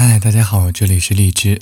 嗨，大家好，这里是荔枝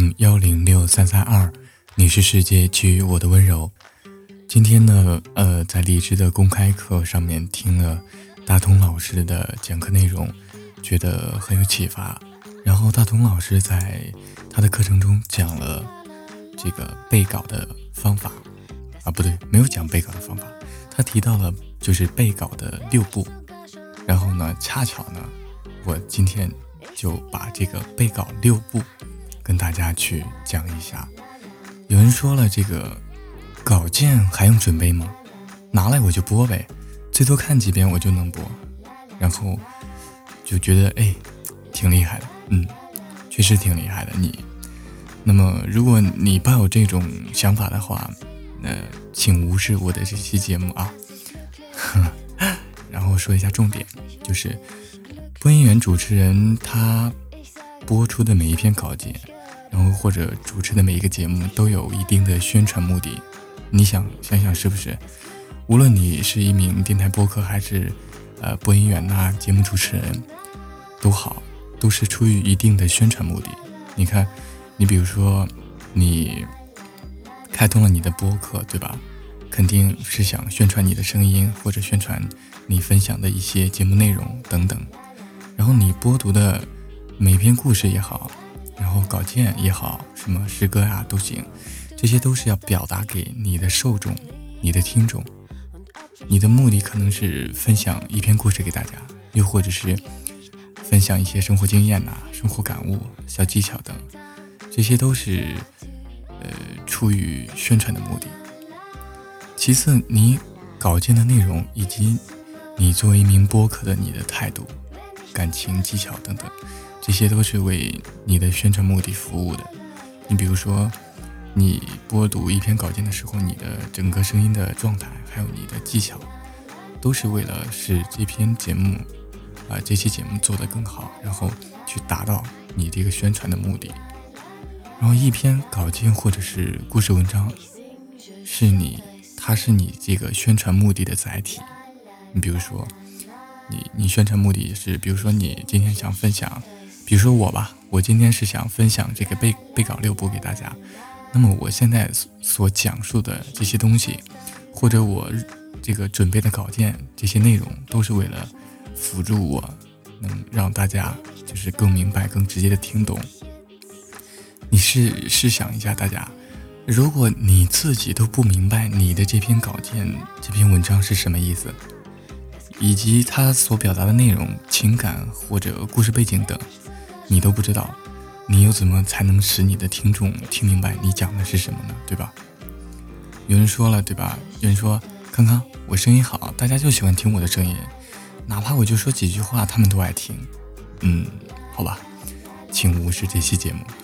FM106332，你是世界给予我的温柔。今天呢，在荔枝的公开课上面听了大同老师的讲课内容，觉得很有启发。然后大同老师在他的课程中讲了这个背稿的方法，不对，没有讲背稿的方法，他提到了就是背稿的6步。然后呢，恰巧呢，我今天就把这个背稿6步跟大家去讲一下。有人说了，这个稿件还用准备吗？拿来我就播呗，最多看几遍我就能播。然后就觉得挺厉害的，确实挺厉害的你。那么如果你抱有这种想法的话，请无视我的这期节目啊。然后说一下重点，就是播音员主持人他播出的每一篇稿件，然后或者主持的每一个节目都有一定的宣传目的。你想想是不是？无论你是一名电台播客还是播音员呐、节目主持人都好，都是出于一定的宣传目的。你看，你比如说你开通了你的播客，对吧？肯定是想宣传你的声音，或者宣传你分享的一些节目内容等等。然后你播读的每篇故事也好，然后稿件也好，什么诗歌啊都行，这些都是要表达给你的受众、你的听众。你的目的可能是分享一篇故事给大家，又或者是分享一些生活经验呐、生活感悟、小技巧等，这些都是出于宣传的目的。其次，你稿件的内容以及你作为一名播客的你的态度、感情、技巧等等，这些都是为你的宣传目的服务的。你比如说，你播读一篇稿件的时候，你的整个声音的状态，还有你的技巧，都是为了使这篇节目这期节目做得更好，然后去达到你这个宣传的目的。然后一篇稿件或者是故事文章，它是你这个宣传目的的载体。你比如说你宣传目的是，比如说你今天想分享，比如说我今天是想分享这个背稿6步给大家。那么我现在所讲述的这些东西，或者我这个准备的稿件，这些内容都是为了辅助我能让大家就是更明白、更直接的听懂。你试想一下，大家如果你自己都不明白你的这篇稿件、这篇文章是什么意思，以及它所表达的内容、情感或者故事背景等，你都不知道，你又怎么才能使你的听众听明白你讲的是什么呢？对吧？有人说了，对吧？有人说，康康，我声音好，大家就喜欢听我的声音，哪怕我就说几句话，他们都爱听。好吧，请无视这期节目。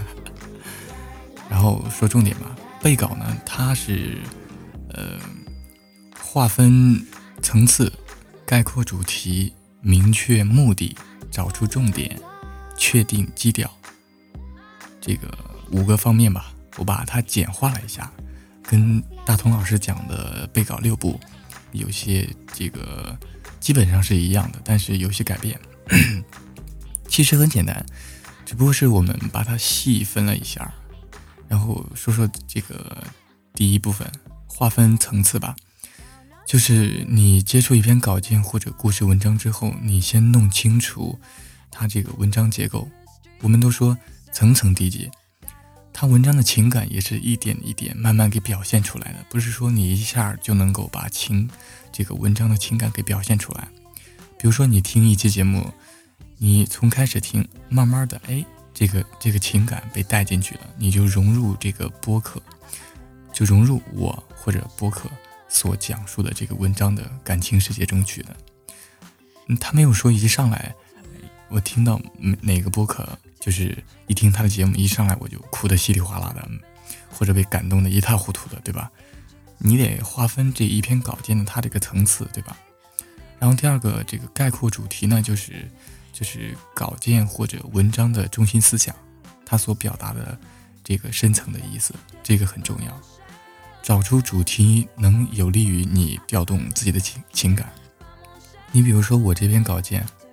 然后说重点吧，背稿呢，它是划分层次、概括主题、明确目的、找出重点、确定基调，这个5个方面吧，我把它简化了一下，跟大同老师讲的背稿6步有些这个基本上是一样的，但是有些改变。其实很简单，只不过是我们把它细分了一下。然后说说这个第一部分，划分层次吧。就是你接触一篇稿件或者故事文章之后，你先弄清楚它这个文章结构。我们都说层层递进，它文章的情感也是一点一点慢慢给表现出来的，不是说你一下就能够把这个文章的情感给表现出来。比如说你听一期节目，你从开始听，慢慢的这个情感被带进去了，你就融入这个播客，就融入我或者播客所讲述的这个文章的感情世界中去了。他没有说一上来我听到哪个播客，就是一听他的节目一上来我就哭得稀里哗啦的，或者被感动得一塌糊涂的，对吧？你得划分这一篇稿件的它这个层次，对吧？然后第二个这个概括主题呢，就是稿件或者文章的中心思想，它所表达的这个深层的意思，这个很重要。找出主题能有利于你调动自己的情感。你比如说我这篇稿件，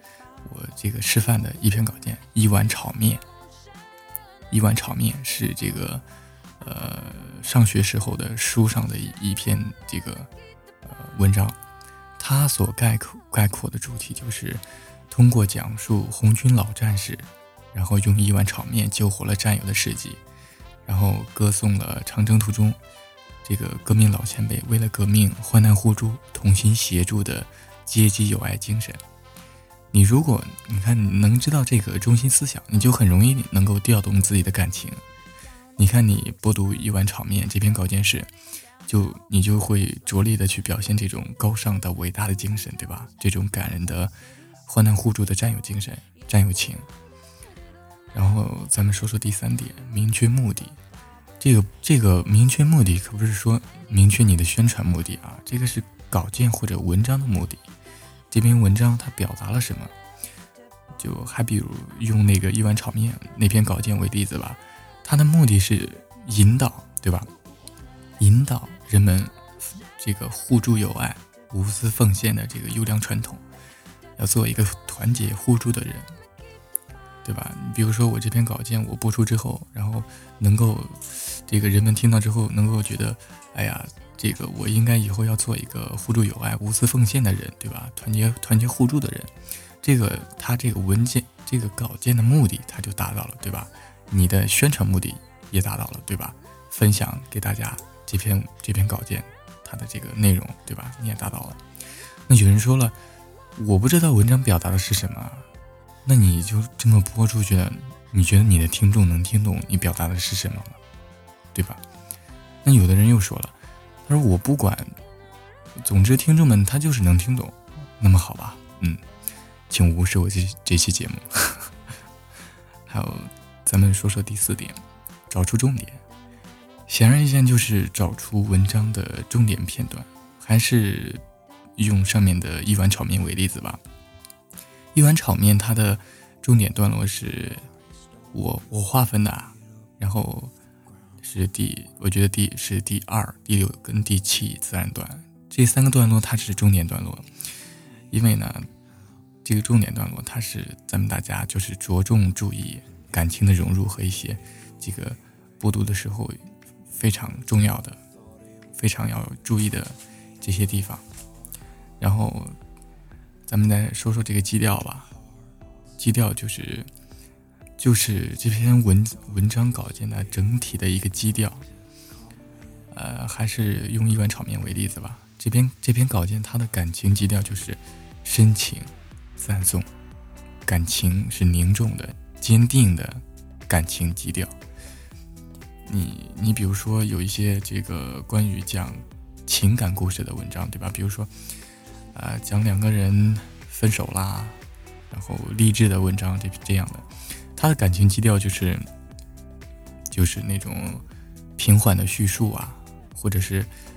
我这个示范的一篇稿件，一碗炒面。一碗炒面是这个上学时候的书上的一篇这个文章，它所概括的主题就是通过讲述红军老战士，然后用一碗炒面救活了战友的事迹，然后歌颂了长征途中这个革命老前辈为了革命患难互助、同心协助的阶级友爱精神。如果你能知道这个中心思想，你就很容易能够调动自己的感情。你看你播读一碗炒面这篇稿件时，你就会着力的去表现这种高尚的伟大的精神，对吧？这种感人的患难互助的战友精神、战友情。然后咱们说说第3点，明确目的。这个明确目的可不是说明确你的宣传目的啊，这个是稿件或者文章的目的。这篇文章它表达了什么？就还比如用那个一碗炒面那篇稿件为例子吧，它的目的是引导，对吧？引导人们这个互助友爱、无私奉献的这个优良传统，要做一个团结互助的人，对吧？比如说我这篇稿件我播出之后，然后能够这个人们听到之后能够觉得，哎呀，这个我应该以后要做一个互助友爱、无私奉献的人，对吧？团结互助的人，他这个文件、这个稿件的目的他就达到了，对吧？你的宣传目的也达到了，对吧？分享给大家这篇稿件它的这个内容，对吧？你也达到了。那有人说了，我不知道文章表达的是什么，那你就这么播出去了，你觉得你的听众能听懂你表达的是什么吗？对吧？那有的人又说了，他说我不管，总之听众们他就是能听懂。那么好吧，请无视我这期节目。还有咱们说说第4点，找出重点。显而易见就是找出文章的重点片段，还是用上面的一碗炒面为例子吧。一碗炒面它的重点段落是我划分的啊，然后是我觉得是第2、第6跟第7自然段，这3个段落它是重点段落。因为呢，这个重点段落它是咱们大家就是着重注意感情的融入和一些这个播读的时候非常重要的、非常要注意的这些地方。然后咱们再说说这个基调吧。基调就是这篇文章稿件的整体的一个基调。还是用一碗炒面为例子吧。这篇稿件它的感情基调就是深情赞颂，感情是凝重的、坚定的感情基调。你比如说有一些这个关于讲情感故事的文章，对吧？比如说讲2个人分手啦，然后励志的文章这样的，它的感情基调就是那种平缓的叙述啊，或者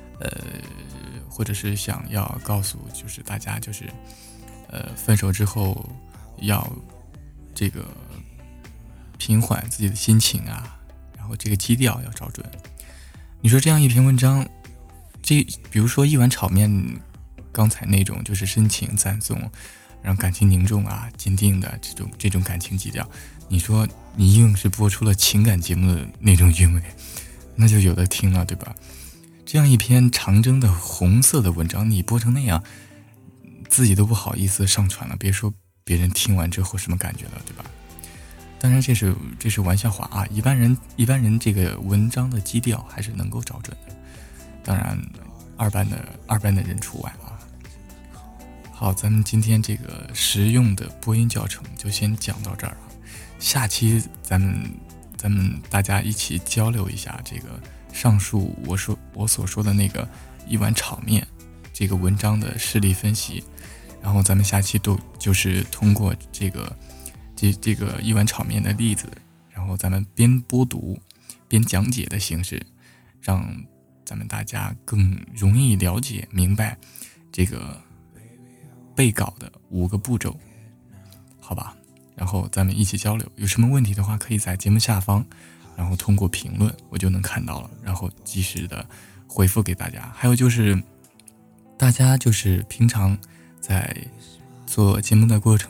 是想要告诉就是大家就是分手之后要这个平缓自己的心情啊，然后这个基调要找准。你说这样一篇文章，比如说一碗炒面，刚才那种就是深情赞颂，让感情凝重啊、坚定的这种感情基调，你说你硬是播出了情感节目的那种韵味，那就有的听了，对吧？这样一篇长征的红色的文章，你播成那样，自己都不好意思上传了，别说别人听完之后什么感觉了，对吧？当然这是玩笑话啊，一般人这个文章的基调还是能够找准的，当然二班的人除外啊。好，咱们今天这个实用的播音教程就先讲到这儿啊。下期咱们大家一起交流一下这个上述我所说的那个一碗炒面这个文章的事例分析，然后咱们下期都就是通过这个一碗炒面的例子，然后咱们边播读边讲解的形式，让咱们大家更容易了解明白这个背稿的5个步骤，好吧？然后咱们一起交流，有什么问题的话可以在节目下方，然后通过评论我就能看到了，然后及时的回复给大家。还有就是大家就是平常在做节目的过程中，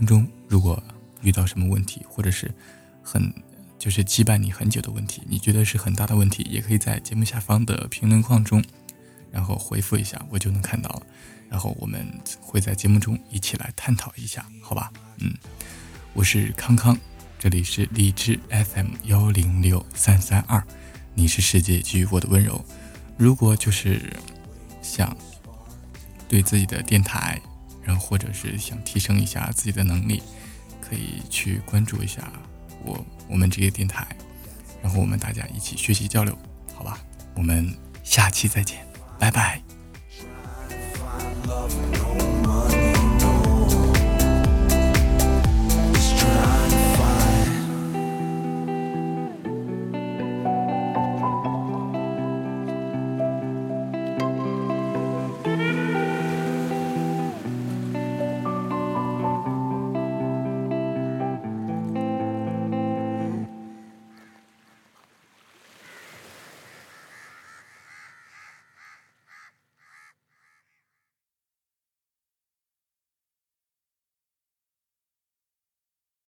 如果遇到什么问题，或者是就是羁绊你很久的问题，你觉得是很大的问题，也可以在节目下方的评论框中然后回复一下，我就能看到了，然后我们会在节目中一起来探讨一下，好吧？我是康康，这里是荔枝 FM106332，你是世界给予我的温柔。如果就是想对自己的电台，然后或者是想提升一下自己的能力，可以去关注一下我们这个电台，然后我们大家一起学习交流，好吧？我们下期再见，拜拜。